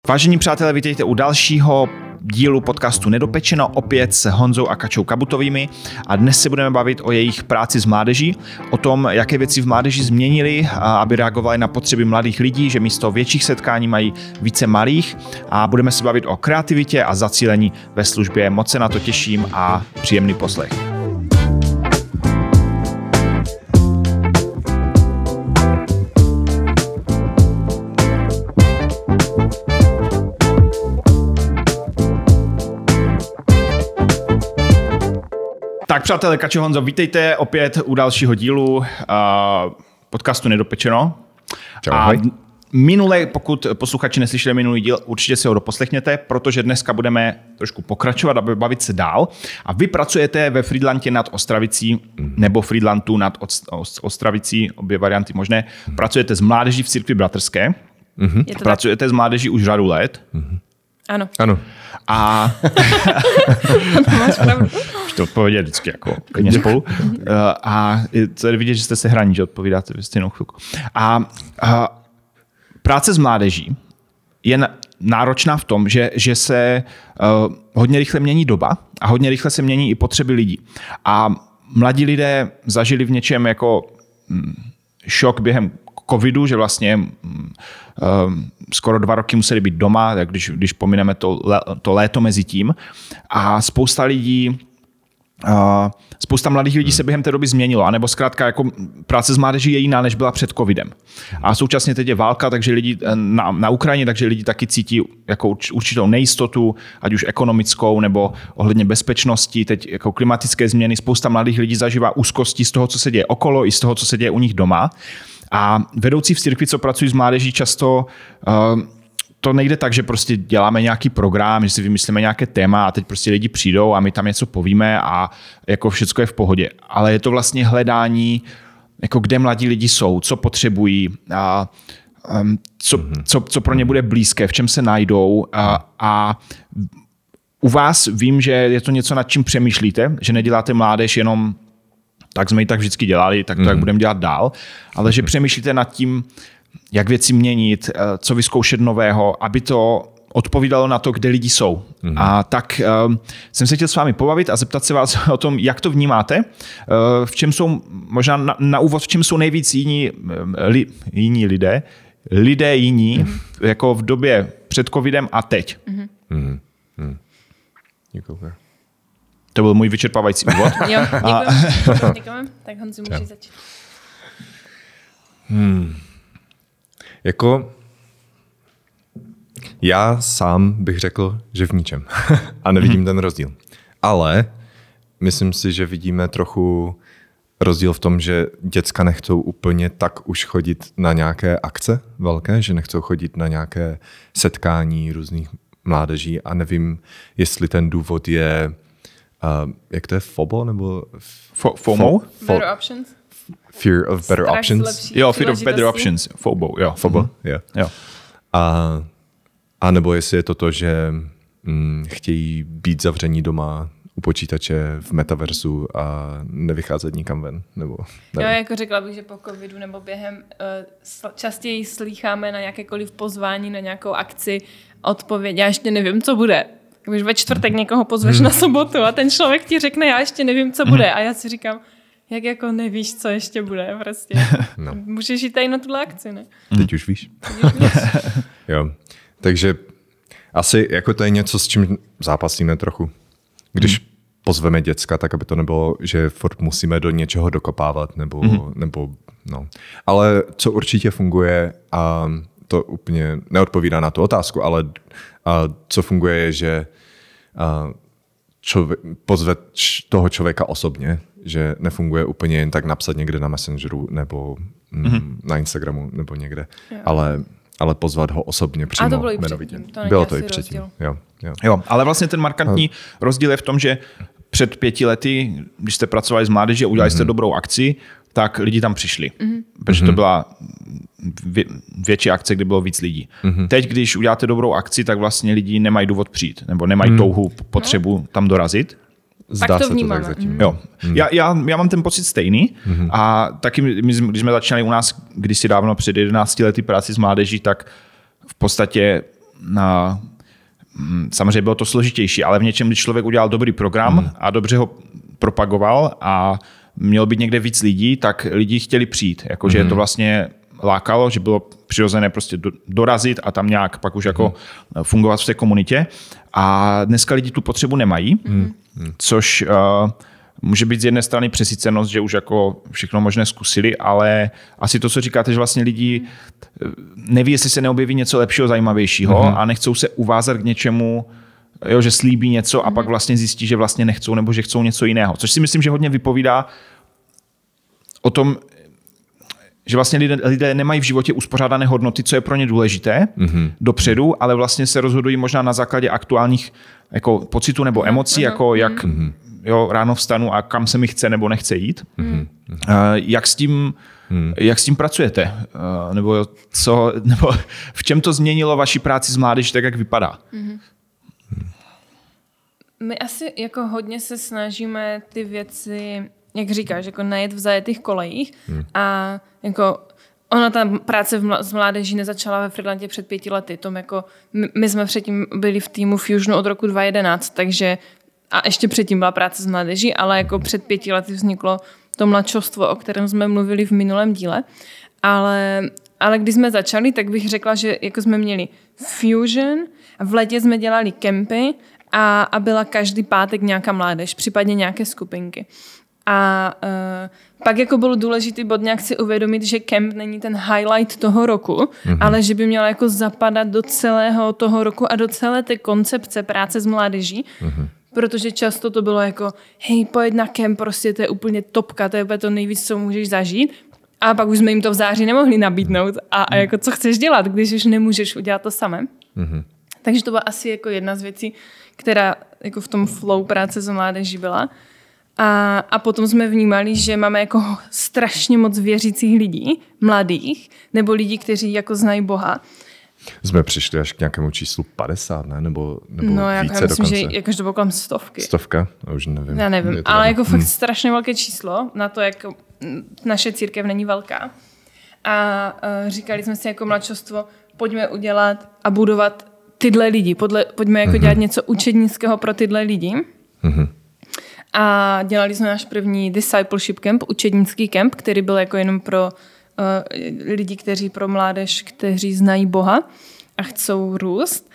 Vážení přátelé, vítejte u dalšího dílu podcastu Nedopečeno, opět s Honzou a Kačou Kabutovými, a dnes se budeme bavit o jejich práci s mládeží, o tom, jaké věci v mládeži změnili, aby reagovali na potřeby mladých lidí, že místo větších setkání mají více malých, a budeme se bavit o kreativitě a zacílení ve službě. Moc se na to těším a příjemný poslech. Tak přátelé, Kačo, Honzo, vítejte opět u dalšího dílu podcastu Nedopečeno. Čau, ahoj. Minule, pokud posluchači neslyšeli minulý díl, určitě si ho doposlechněte, protože dneska budeme trošku pokračovat a bavit se dál. A vy pracujete ve Frýdlantě nad Ostravicí, nebo Frýdlantu nad Ostravicí, obě varianty možné. Pracujete s mládeží v církvi bratrské. Pracujete s mládeží už řadu let. Ano. A Máš pravdu. už to odpovědět vždycky jako klidně spolu. A to je vidět, že jste se hraní, že odpovídáte ve stejnou chvilku. A práce s mládeží je náročná v tom, že se hodně rychle mění doba a hodně rychle se mění i potřeby lidí. A mladí lidé zažili v něčem jako šok během covidu, že vlastně skoro 2 roky museli být doma, tak když pomineme to léto mezi tím. A spousta mladých lidí se během té doby změnilo, anebo zkrátka jako práce s mládeží je jiná, než byla před covidem. A současně teď je válka, takže lidi na Ukrajině, takže lidi taky cítí jako určitou nejistotu, ať už ekonomickou, nebo ohledně bezpečnosti, teď jako klimatické změny. Spousta mladých lidí zažívá úzkosti z toho, co se děje okolo, i z toho, co se děje u nich doma. A vedoucí v církvi, co pracují s mládeží, často to nejde tak, že prostě děláme nějaký program, že si vymyslíme nějaké téma a teď prostě lidi přijdou a my tam něco povíme a jako všecko je v pohodě. Ale je to vlastně hledání, jako kde mladí lidi jsou, co potřebují, a co pro ně bude blízké, v čem se najdou. A u vás vím, že je to něco, nad čím přemýšlíte, že neděláte mládež jenom tak jsme ji tak vždycky dělali, tak to jak budeme dělat dál, ale že přemýšlíte nad tím, jak věci měnit, co vyzkoušet nového, aby to odpovídalo na to, kde lidi jsou. A tak jsem se chtěl s vámi pobavit a zeptat se vás o tom, jak to vnímáte, v čem jsou, možná na úvod, v čem jsou nejvíc jiní lidé jiní, jako v době před covidem a teď. Děkuji. To byl můj vyčerpávající úvod. Jo, děkujeme. Tak Honzi, můžeš začít. Jako já sám bych řekl, že v ničem. A nevidím ten rozdíl. Ale myslím si, že vidíme trochu rozdíl v tom, že děcka nechcou úplně tak už chodit na nějaké akce velké, že nechcou chodit na nějaké setkání různých mládeží a nevím, jestli ten důvod je jak to je? FOBO? Nebo FOMO? Better options? Fear of better options? Jo, fear of better options. FOBO, jo. FOBO, jo. A nebo jestli je to, že chtějí být zavření doma u počítače v metaverzu a nevycházet nikam ven. Nebo, jo, jako řekla bych, že po covidu nebo během častěji slýcháme na jakékoliv pozvání na nějakou akci odpověď, já ještě nevím, co bude. Když ve čtvrtek někoho pozveš na sobotu a ten člověk ti řekne, já ještě nevím, co bude. A já si říkám, jak jako nevíš, co ještě bude. Prostě. No. Můžeš jít tady na tuhle akci, ne? Teď už víš. Jo. Takže asi jako to je něco, s čím zápasíme trochu. Když pozveme děcka, tak aby to nebylo, že furt musíme do něčeho dokopávat. Nebo no. Ale co určitě funguje, a to úplně neodpovídá na tu otázku, ale co funguje je, že pozve toho člověka osobně, že nefunguje úplně jen tak napsat někde na Messengeru nebo na Instagramu nebo někde, ale pozvat ho osobně přímo. A to bylo jmenovitě. I předtím. Bylo to i předtím. Jo, ale vlastně ten markantní rozdíl je v tom, že před 5 lety, když jste pracovali s mládeží a udělali jste dobrou akci, tak lidi tam přišli. Protože to byla větší akce, kde bylo víc lidí. Teď, když uděláte dobrou akci, tak vlastně lidi nemají důvod přijít, nebo nemají touhu, potřebu tam dorazit. Zdá se to tak zatím. Jo. Já mám ten pocit stejný a taky, když jsme začínali u nás kdysi dávno před 11 lety práci s mládeží, tak v podstatě samozřejmě bylo to složitější, ale v něčem, když člověk udělal dobrý program a dobře ho propagoval a mělo být někde víc lidí, tak lidi chtěli přijít. Jakože je to vlastně lákalo, že bylo přirozené prostě dorazit a tam nějak pak už jako fungovat v té komunitě. A dneska lidi tu potřebu nemají, což může být z jedné strany přesycenost, že už jako všechno možné zkusili, ale asi to, co říkáte, že vlastně lidi neví, jestli se neobjeví něco lepšího, zajímavějšího a nechcou se uvázat k něčemu, jo, že slíbí něco a pak vlastně zjistí, že vlastně nechcou nebo že chcou něco jiného. Což si myslím, že hodně vypovídá o tom, že vlastně lidé nemají v životě uspořádané hodnoty, co je pro ně důležité dopředu, ale vlastně se rozhodují možná na základě aktuálních jako pocitů nebo emocí, jako jak ráno vstanu a kam se mi chce nebo nechce jít. Jak s tím pracujete? Nebo v čem to změnilo vaši práci s mládeží tak, jak vypadá? My asi jako hodně se snažíme ty věci, jak říkáš, jako najet v zajetých kolejích a jako ona ta práce s mládeží nezačala ve Frýdlantě před 5 lety. Tom jako, my jsme předtím byli v týmu Fusionu od roku 2011, takže a ještě předtím byla práce s mládeží, ale jako před 5 lety vzniklo to mladšovstvo, o kterém jsme mluvili v minulém díle. Ale když jsme začali, tak bych řekla, že jako jsme měli Fusion, v létě jsme dělali kempy a byla každý pátek nějaká mládež, případně nějaké skupinky. A pak jako bylo důležitý bod nějak si uvědomit, že kemp není ten highlight toho roku, ale že by měl jako zapadat do celého toho roku a do celé té koncepce práce s mládeží, protože často to bylo jako hej, pojď na kemp, prostě to je úplně topka, to je to nejvíc, co můžeš zažít. A pak už jsme jim to v září nemohli nabídnout a jako co chceš dělat, když už nemůžeš udělat to samé. Takže to byla asi jako jedna z věcí, která jako v tom flow práce s mládeží byla. A potom jsme vnímali, že máme jako strašně moc věřících lidí, mladých, nebo lidí, kteří jako znají Boha. Jsme přišli až k nějakému číslu 50, ne? Nebo no, více já myslím, dokonce. že jakož to bylo kolem 100. 100? Já už nevím. Já nevím, ale jako fakt strašně velké číslo na to, jak naše církev není velká. A říkali jsme si jako mladšovstvo, pojďme udělat a budovat tyhle lidi. Pojďme jako dělat něco učednického pro tyhle lidi. A dělali jsme náš první discipleship camp, učednický camp, který byl jako jenom pro lidi, kteří pro mládež, kteří znají Boha a chcou růst.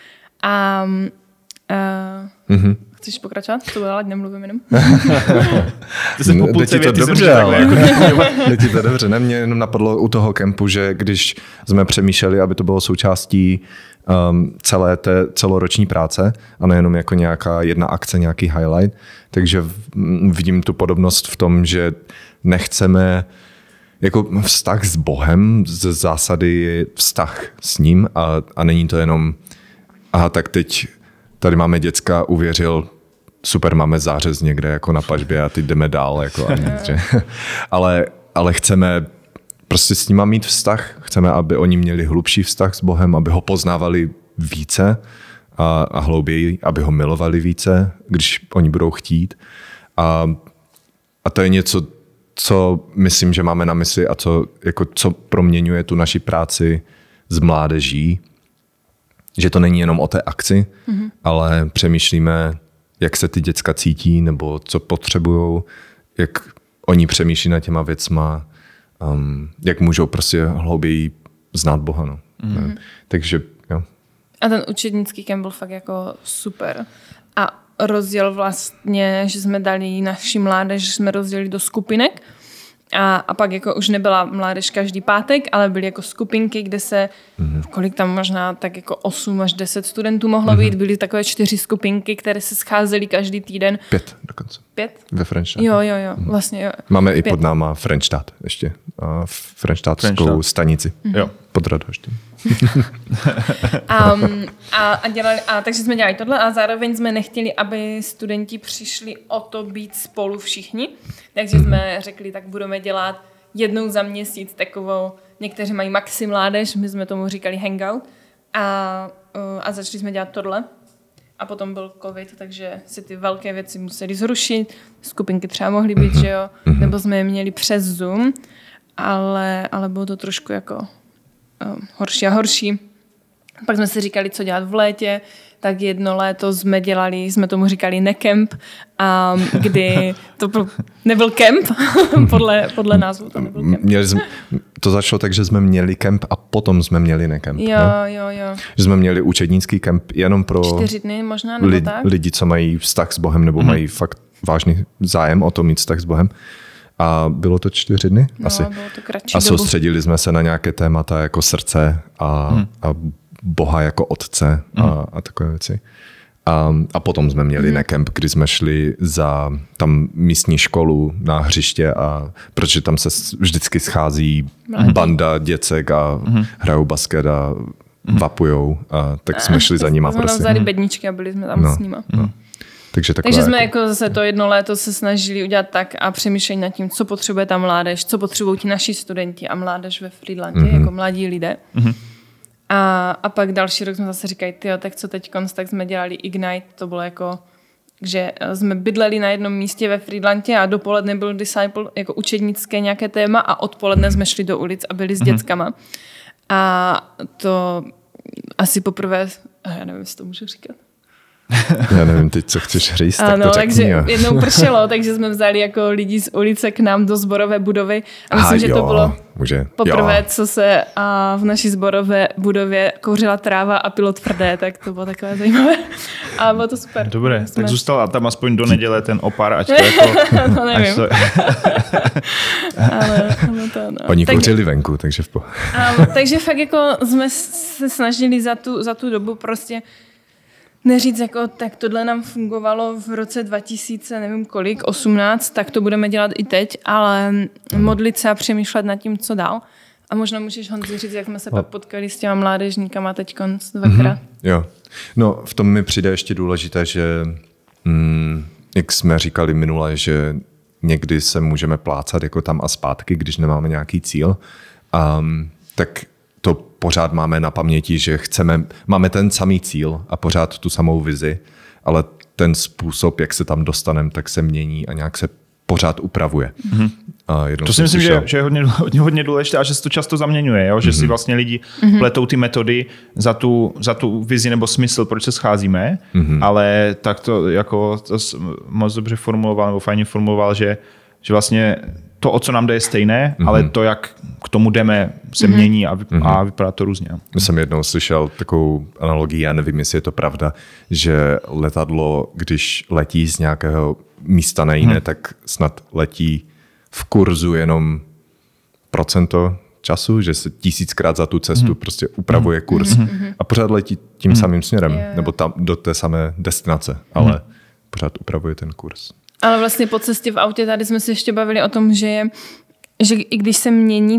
Chceš pokračovat? To bylo, ať nemluvím jenom. Jde ti to dobře, ale jde ti to dobře. Ne, mě jenom napadlo u toho kempu, že když jsme přemýšleli, aby to bylo součástí celé té celoroční práce a nejenom jako nějaká jedna akce, nějaký highlight, takže vidím tu podobnost v tom, že nechceme jako vztah s Bohem, z zásady je vztah s ním a není to jenom tak teď tady máme děcka, uvěřil, super, máme zářez někde jako na pažbě a teď jdeme dál. Jako a nic, že? Ale chceme prostě s nima mít vztah, chceme, aby oni měli hlubší vztah s Bohem, aby ho poznávali více a hlouběji, aby ho milovali více, když oni budou chtít. A to je něco, co myslím, že máme na mysli a co proměňuje tu naši práci s mládeží, že to není jenom o té akci, ale přemýšlíme, jak se ty děcka cítí nebo co potřebujou, jak oni přemýšlí nad těma věcma, jak můžou prostě hlouběji znát Boha. No. Takže jo. A ten učednický kemp byl fakt jako super. A rozděl vlastně, že jsme dali naši mládež, že jsme rozdělili do skupinek a pak jako už nebyla mládež každý pátek, ale byly jako skupinky, kde se, kolik tam možná tak jako 8 až 10 studentů mohlo být, byly takové 4 skupinky, které se scházely každý týden. 5 dokonce. 5? Ve Frenštátě. Jo, vlastně jo. Máme 5. I pod náma Frenštát ještě. Frenštátskou stanici. Jo. Pod Radhoštím. Takže jsme dělali tohle a zároveň jsme nechtěli, aby studenti přišli o to být spolu všichni. Takže jsme řekli, tak budeme dělat jednou za měsíc takovou, někteří mají maxi mládež, my jsme tomu říkali hangout a začali jsme dělat tohle. A potom byl covid, takže si ty velké věci museli zrušit, skupinky třeba mohly být, že jo, nebo jsme je měli přes Zoom, ale bylo to trošku jako horší a horší. Pak jsme si říkali, co dělat v létě, tak jedno léto jsme tomu říkali nekemp, a kdy to nebyl kemp, podle názvu to nebyl kemp. To začalo tak, že jsme měli kemp a potom jsme měli nekemp. Jo. Že jsme měli učednický kemp jenom pro 4 dny možná, nebo tak? Lidi, co mají vztah s Bohem, nebo mají fakt vážný zájem o to mít vztah s Bohem. A bylo to 4 dny? Asi. Bylo to kratší a dobu. soustředili jsme se na nějaké témata jako srdce a Boha jako otce a takové věci. A potom jsme měli nekemp, kdy jsme šli za tam místní školu na hřiště, a protože tam se vždycky schází banda děcek a hrajou basket a vapujou, a tak jsme šli za nima. Jsme tam vzali bedničky a byli jsme tam s nima. Takže jsme jako zase to jedno léto se snažili udělat tak a přemýšleli nad tím, co potřebuje ta mládež, co potřebují ti naši studenti a mládež ve Frýdlantě, jako mladí lidé. A pak další rok jsme zase říkali, tak co teď tak jsme dělali Ignite, to bylo jako, že jsme bydleli na jednom místě ve Frýdlantě a dopoledne byl Disciple jako učednické nějaké téma a odpoledne jsme šli do ulic a byli s dětskama. A to asi poprvé, já nevím, jestli to můžu říkat. Já nevím teď, co chceš říct, tak to takže řekni. jednou pršelo, takže jsme vzali jako lidi z ulice k nám do sborové budovy a myslím, že to bylo poprvé, co se v naší zborové budově kouřila tráva a pilo tvrdé, tak to bylo takové zajímavé a bylo to super. Dobré, tak zůstala tam aspoň do neděle ten opar, ať to jako... No nevím. Ale to no. Oni kouřili venku, takže v takže fakt jako jsme se snažili za tu dobu prostě neříct, jako, tak tohle nám fungovalo v roce 2000, nevím kolik, 18, tak to budeme dělat i teď, ale modlit se a přemýšlet nad tím, co dál. A možná můžeš, Honzi, říct, jak jsme se pak potkali s těma mládežníkama teď dvakrát. Jo. No, v tom mi přijde ještě důležité, že jak jsme říkali minule, že někdy se můžeme plácat jako tam a zpátky, když nemáme nějaký cíl, tak to pořád máme na paměti, že máme ten samý cíl a pořád tu samou vizi, ale ten způsob, jak se tam dostaneme, tak se mění a nějak se pořád upravuje. To si myslím, že je hodně důležité a že se to často zaměňuje, jo? Že si vlastně lidi pletou ty metody za tu vizi nebo smysl, proč se scházíme, ale tak to jako to moc dobře formuloval nebo fajně formuloval, že vlastně to, o co nám jde, je stejné, ale to, jak k tomu jdeme, se mění a vypadá to různě. Já jsem jednou slyšel takovou analogii, já nevím, jestli je to pravda, že letadlo, když letí z nějakého místa na jiné, tak snad letí v kurzu jenom procento času, že se 1000krát za tu cestu prostě upravuje kurz a pořád letí tím samým směrem, nebo tam do té samé destinace, ale pořád upravuje ten kurz. Ale vlastně po cestě v autě tady jsme se ještě bavili o tom, že i když se mění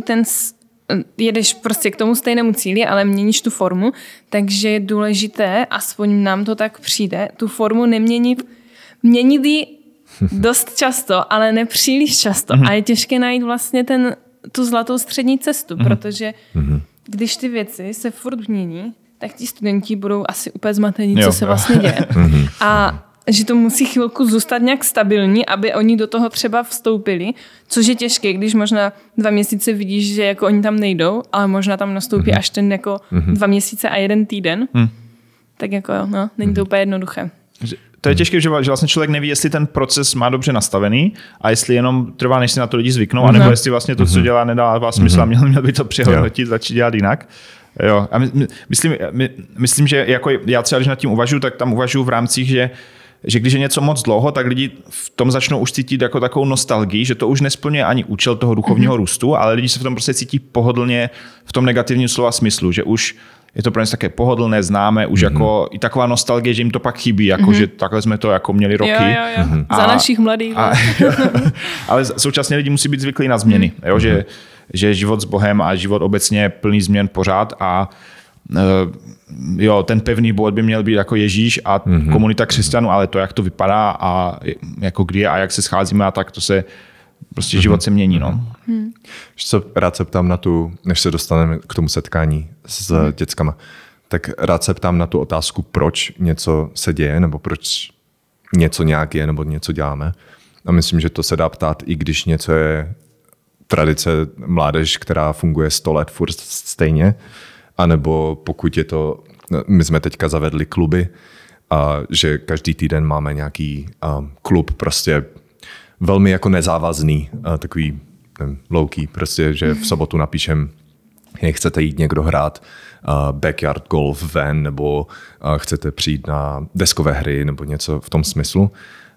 jedeš prostě k tomu stejnému cíli, ale měníš tu formu, takže je důležité, aspoň nám to tak přijde, tu formu neměnit, měnit ji dost často, ale nepříliš často. A je těžké najít vlastně tu zlatou střední cestu, protože když ty věci se furt mění, tak ti studenti budou asi úplně zmatení, co se vlastně děje. A že to musí chvilku zůstat nějak stabilní, aby oni do toho třeba vstoupili, což je těžké, když možná 2 měsíce vidíš, že jako oni tam nejdou, ale možná tam nastoupí až ten jako 2 měsíce a 1 týden. Tak jako není to úplně jednoduché. To je těžké, že vlastně člověk neví, jestli ten proces má dobře nastavený a jestli jenom trvá, než si na to lidi zvyknou, anebo jestli vlastně to, co dělá, nedává smysl a měl by to přehodnotit, začít dělat jinak. Jo. A myslím, že jako já třeba, když nad tím uvažuji, tak tam uvažuji v rámcích, že když je něco moc dlouho, tak lidi v tom začnou už cítit jako takovou nostalgii, že to už nesplňuje ani účel toho duchovního růstu, ale lidi se v tom prostě cítí pohodlně v tom negativním slova smyslu, že už je to pro ně také pohodlné, známe, už jako i taková nostalgie, že jim to pak chybí, jako že takhle jsme to jako měli roky. Jo. Za našich mladých. Ale současně lidi musí být zvyklí na změny, jo? Že život s Bohem a život obecně plný změn pořád a ten pevný bod by měl být jako Ježíš a komunita křesťanů, ale to, jak to vypadá a jako kdy je a jak se scházíme a tak to se prostě život se mění. No. Rád se ptám na než se dostaneme k tomu setkání s dětskama, tak rád se ptám na tu otázku, proč něco se děje, nebo proč něco nějak je, nebo něco děláme. A myslím, že to se dá ptát, i když něco je tradice mládež, která funguje 100 let furt stejně, anebo pokud je to, my jsme teďka zavedli kluby, a že každý týden máme nějaký klub prostě velmi jako nezávazný, takový low-key, prostě, že v sobotu napíšem, chcete jít někdo hrát backyard golf ven, nebo chcete přijít na deskové hry, nebo něco v tom smyslu.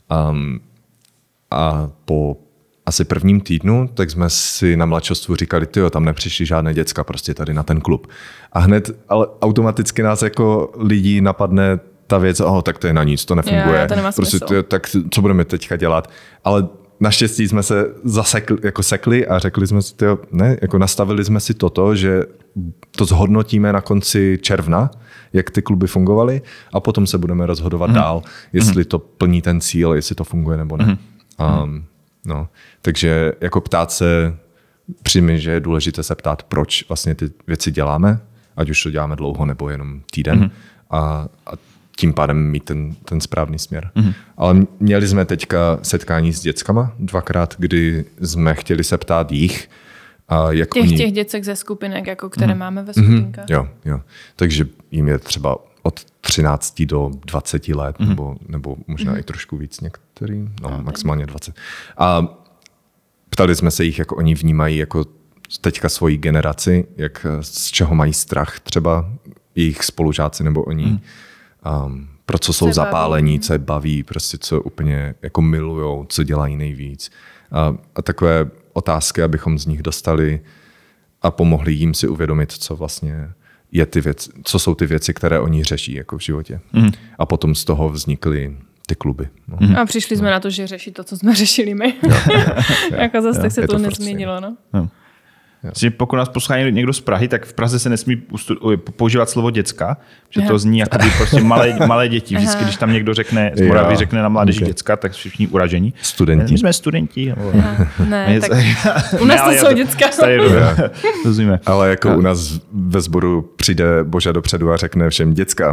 A po asi prvním týdnu, tak jsme si na mladšostvu říkali, tyjo, tam nepřišli žádné děcka prostě tady na ten klub. A hned, ale automaticky nás jako lidí napadne ta věc, tak to je na nic, to nefunguje. To nemá smysl. Prostě, tak co budeme teďka dělat? Ale naštěstí jsme se sekli a řekli jsme si, jako nastavili jsme si toto, že to zhodnotíme na konci června, jak ty kluby fungovaly a potom se budeme rozhodovat dál, jestli to plní ten cíl, jestli to funguje nebo ne. No. Takže jako ptát se, přijmi, že je důležité se ptát, proč vlastně ty věci děláme, ať už to děláme dlouho nebo jenom týden a tím pádem mít ten správný směr. Ale měli jsme teďka setkání s dětskama 2krát, kdy jsme chtěli se ptát jich. Jak těch děcek ze skupinek, jako které máme ve skupinkách. Jo. Takže jim je třeba od 13 do 20 let, nebo možná i trošku víc některým, maximálně 20. A ptali jsme se jich, jak oni vnímají jako teďka svoji generaci, z čeho mají strach třeba jejich spolužáci nebo oni. Pro co jsou zapálení, co je baví, prostě co úplně jako milujou, co dělají nejvíc. A takové otázky, abychom z nich dostali a pomohli jim si uvědomit, co vlastně je ty věci, co jsou ty věci, které oni řeší jako v životě. A potom z toho vznikly ty kluby. A přišli jsme na to, že řeší to, co jsme řešili my. Jako zase tak se to nezměnilo. No? Pokud nás poslouchá někdo z Prahy, tak v Praze se nesmí používat slovo děcka, že to zní jako by prostě malé děti. Vždycky, když tam někdo řekne, z Moravy řekne na mládeži děcka, tak všichni uražení. Studenti. My jsme studenti. Ne, tak u nás to jsou děcka. Rozumíme. Ale jako u nás ve sboru přijde Boža dopředu a řekne všem děcka.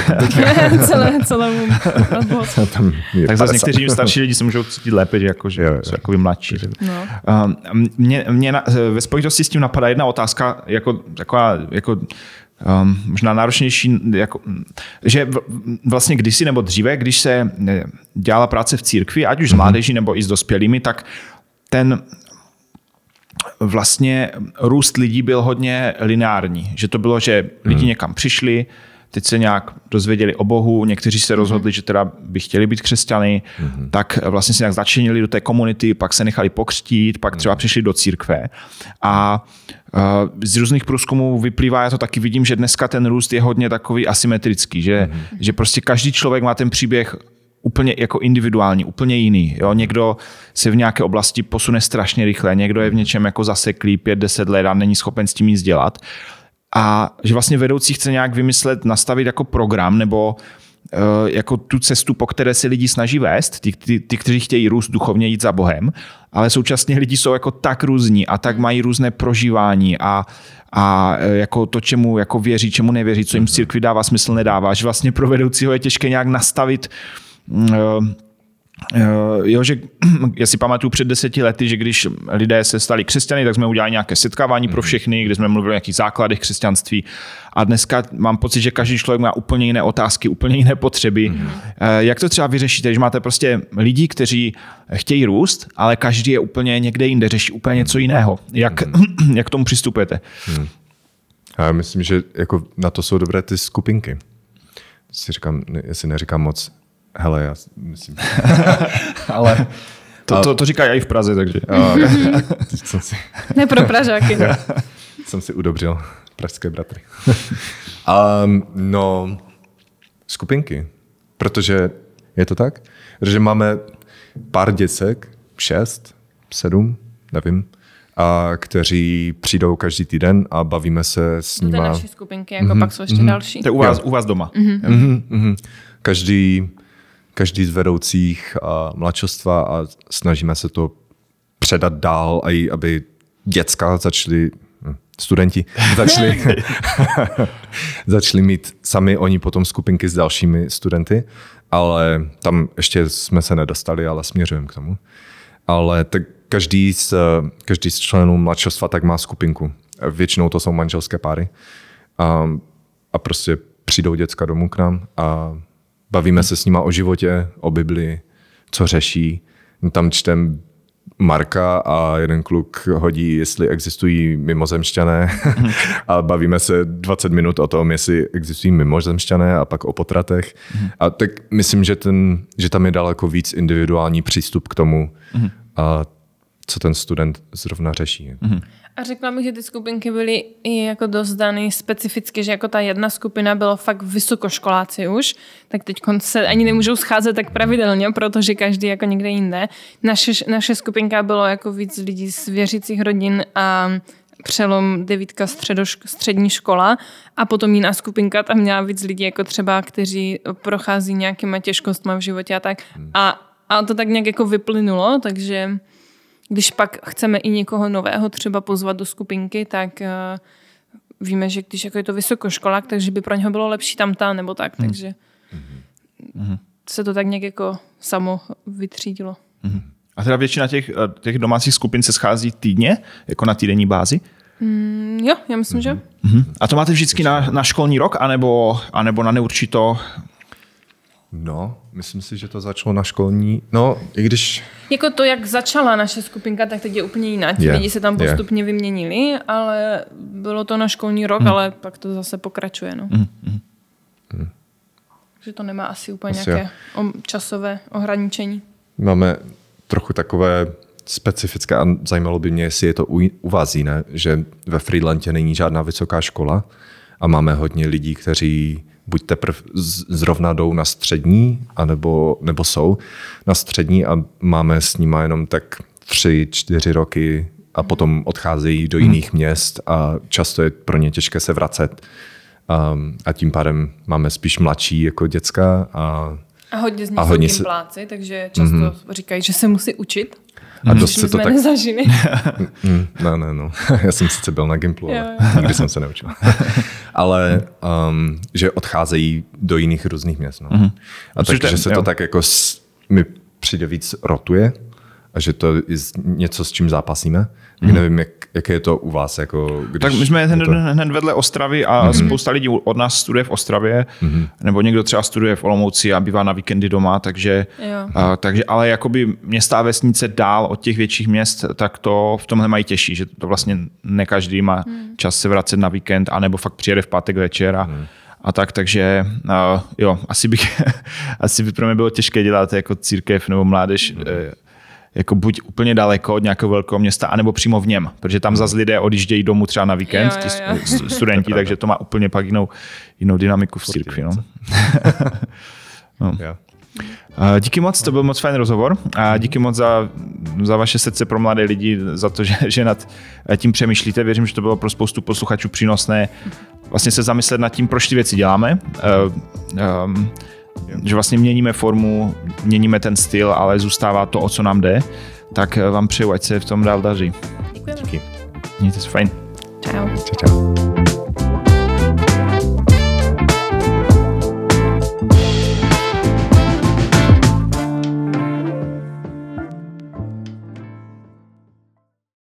Celému tak zase někteří starší lidi se můžou cítit lépe, že jsou jako mladší. Mě ve spojitosti s tím napadá jedna otázka, možná náročnější, že vlastně kdysi nebo dříve, když se dělala práce v církvi, ať už s mládeží nebo i s dospělými, tak ten vlastně růst lidí byl hodně lineární. Že to bylo, že lidi někam přišli, teď se nějak dozvěděli o Bohu, někteří se rozhodli, že teda by chtěli být křesťany, tak vlastně se nějak začlenili do té komunity, pak se nechali pokřtít, pak třeba přišli do církve. A z různých průzkumů vyplývá, já to taky vidím, že dneska ten růst je hodně takový asymetrický, že prostě každý člověk má ten příběh úplně jako individuální, úplně jiný. Jo? Někdo se v nějaké oblasti posune strašně rychle, někdo je v něčem jako zaseklý 5-10 let a není schopen s tím nic dělat. A že vlastně vedoucí chce nějak vymyslet, nastavit jako program nebo jako tu cestu, po které se lidi snaží vést, ty, kteří chtějí růst duchovně, jít za Bohem, ale současně lidi jsou jako tak různí a tak mají různé prožívání a jako to, čemu jako věří, čemu nevěří, co jim v církvi dává smysl, nedává, že vlastně pro vedoucího je těžké nějak nastavit že já si pamatuju před 10 lety, že když lidé se stali křesťany, tak jsme udělali nějaké setkávání pro všechny, kde jsme mluvili o nějakých základech křesťanství. A dneska mám pocit, že každý člověk má úplně jiné otázky, úplně jiné potřeby. Jak to třeba vyřešíte, když máte prostě lidi, kteří chtějí růst, ale každý je úplně někde jinde, řeší úplně něco jiného. Jak k tomu přistupujete? Já myslím, že jako na to jsou dobré ty skupinky. Jestli neříkám moc hele, já myslím. Ale to říkají i v Praze, takže. Ne pro Pražáky. Jsem si udobřil pražské bratry. Skupinky. Protože je to tak, že máme pár děcek, 6, 7, nevím, kteří přijdou každý týden a bavíme se s nimi. To je naší skupinky, jako pak jsou ještě další. To je u vás doma. Každý z vedoucích mladšostva a snažíme se to předat dál, aby děcka studenti začali mít sami oni potom skupinky s dalšími studenty, ale tam ještě jsme se nedostali, ale směřujeme k tomu. Ale tak každý z členů mladšostva tak má skupinku. Většinou to jsou manželské páry. a prostě přijdou děcka domů k nám a bavíme se s nima o životě, o Biblii, co řeší. Tam čtem Marka a jeden kluk hodí, jestli existují mimozemšťané a bavíme se 20 minut o tom, jestli existují mimozemšťané a pak o potratech. A tak myslím, že tam je daleko víc individuální přístup k tomu, co ten student zrovna řeší. A řekla bych, že ty skupinky byly i jako dost daný specificky, že jako ta jedna skupina bylo fakt vysokoškoláci už, tak teď se ani nemůžou scházet tak pravidelně, protože každý jako někde jinde. Naše skupinka bylo jako víc lidí z věřících rodin a přelom 9 střední škola a potom jiná skupinka, tam měla víc lidí jako třeba, kteří prochází nějakýma těžkostma v životě a tak. A to tak nějak jako vyplynulo, takže když pak chceme i někoho nového třeba pozvat do skupinky, tak víme, že když jako je to vysokoškolák, takže by pro něho bylo lepší tam nebo tak, takže se to tak nějak jako samo vytřídilo. A teda většina těch domácích skupin se schází týdně, jako na týdenní bázi? Jo, já myslím, že. A to máte vždycky na školní rok, anebo na neurčito? No, myslím si, že to začalo na školní, no, i když... Jako to, jak začala naše skupinka, tak teď je úplně jiná. Ti lidi se tam postupně vyměnili, ale bylo to na školní rok, ale pak to zase pokračuje, no. Takže to nemá asi úplně nějaké časové ohraničení. Máme trochu takové specifické a zajímalo by mě, jestli je to u vás jiné, že ve Frýdlantě není žádná vysoká škola a máme hodně lidí, kteří buď teprve zrovna jdou na střední, nebo jsou na střední a máme s nima jenom tak 3-4 roky a potom odcházejí do jiných měst a často je pro ně těžké se vracet. A tím pádem máme spíš mladší jako děcka. A hodně z nich jsou gimpláci, takže často říkají, že se musí učit. A dost se to tak... nezažili. No. Já jsem sice byl na gimplu, ale nikdy jsem se neučil. Ale že odcházejí do jiných různých měst. No. A takže se to tak jako mi přijde víc rotuje a že to je něco, s čím zápasíme. Nevím, jaké je to u vás. Jako, když tak my jsme hned vedle Ostravy a spousta lidí od nás studuje v Ostravě, nebo někdo třeba studuje v Olomouci a bývá na víkendy doma, takže ale jakoby města a vesnice dál od těch větších měst, tak to v tomhle mají těžší, že to vlastně ne každý má čas se vracet na víkend, anebo fakt přijede v pátek večer a tak, takže asi by pro mě bylo těžké dělat jako církev nebo mládež jako buď úplně daleko od nějakého velkého města, anebo přímo v něm, protože tam zase lidé odjíždějí domů třeba na víkend, studenti, takže to má úplně pak jinou dynamiku v církvi. No. Díky moc, to byl moc fajn rozhovor a díky moc za vaše srdce pro mladé lidi, za to, že nad tím přemýšlíte. Věřím, že to bylo pro spoustu posluchačů přínosné vlastně se zamyslet nad tím, proč ty věci děláme. Že vlastně měníme formu, měníme ten styl, ale zůstává to, o co nám jde, tak vám přeju, ať se v tom dál daří. Děkujeme. Díky. Mějte se fajn. Čau. Čau.